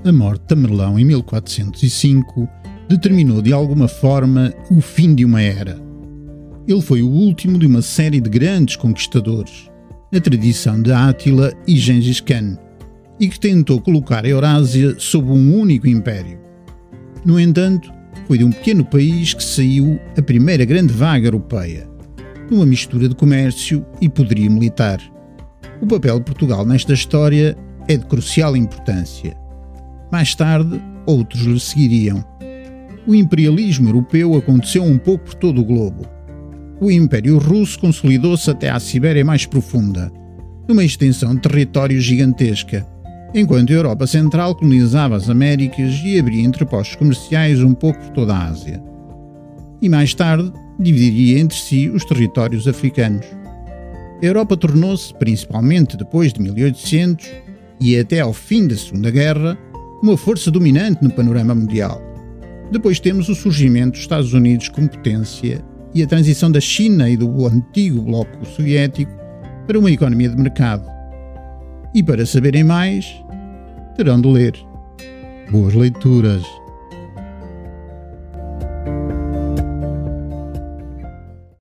A morte de Tamerlão em 1405 determinou de alguma forma o fim de uma era. Ele foi o último de uma série de grandes conquistadores, a tradição de Átila e Gengis Khan, e que tentou colocar a Eurásia sob um único império. No entanto, foi de um pequeno país que saiu a primeira grande vaga europeia, numa mistura de comércio e poderio militar. O papel de Portugal nesta história é de crucial importância. Mais tarde, outros lhe seguiriam. O imperialismo europeu aconteceu um pouco por todo o globo. O Império Russo consolidou-se até à Sibéria mais profunda, numa extensão de território gigantesca, enquanto a Europa Central colonizava as Américas e abria entrepostos comerciais um pouco por toda a Ásia. E mais tarde, dividiria entre si os territórios africanos. A Europa tornou-se, principalmente depois de 1800 e até ao fim da Segunda Guerra, uma força dominante no panorama mundial. Depois temos o surgimento dos Estados Unidos como potência e a transição da China e do antigo bloco soviético para uma economia de mercado. E para saberem mais, terão de ler. Boas leituras!